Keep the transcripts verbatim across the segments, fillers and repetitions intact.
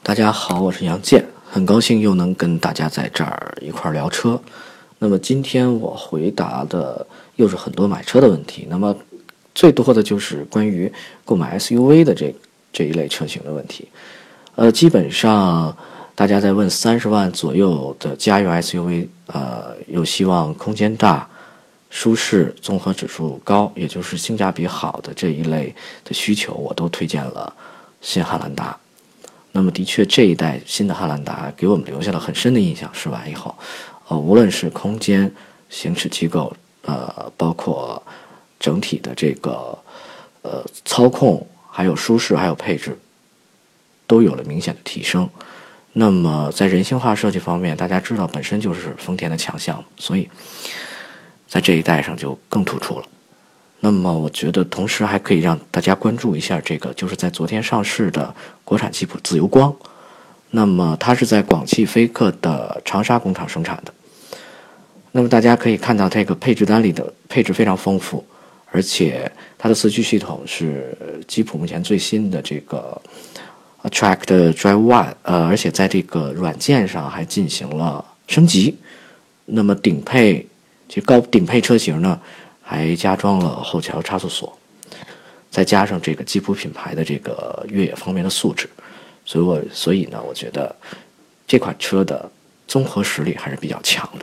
大家好，我是杨健，很高兴又能跟大家在这儿一块儿聊车。那么今天我回答的又是很多买车的问题，那么最多的就是关于购买 S U V 的这这一类车型的问题。呃，基本上大家在问三十万左右的家用 S U V， 呃，又希望空间大、舒适、综合指数高，也就是性价比好的这一类的需求，我都推荐了新汉兰达。那么的确，这一代新的汉兰达给我们留下了很深的印象。试完以后，呃，无论是空间、行驶机构，呃，包括整体的这个呃操控，还有舒适，还有配置，都有了明显的提升。那么在人性化设计方面，大家知道本身就是丰田的强项，所以在这一代上就更突出了。那么我觉得同时还可以让大家关注一下这个，就是在昨天上市的国产吉普自由光。那么它是在广汽菲克的长沙工厂生产的。那么大家可以看到这个配置单里的配置非常丰富，而且它的四驱系统是吉普目前最新的这个 Track 的 Drive One， 呃，而且在这个软件上还进行了升级。那么顶配这高顶配车型呢，还加装了后桥差速锁，再加上这个吉普品牌的这个越野方面的素质，所以我所以呢，我觉得这款车的综合实力还是比较强的。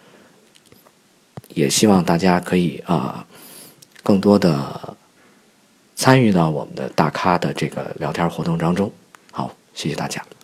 也希望大家可以啊、呃，更多的参与到我们的大咖的这个聊天活动当中。好，谢谢大家。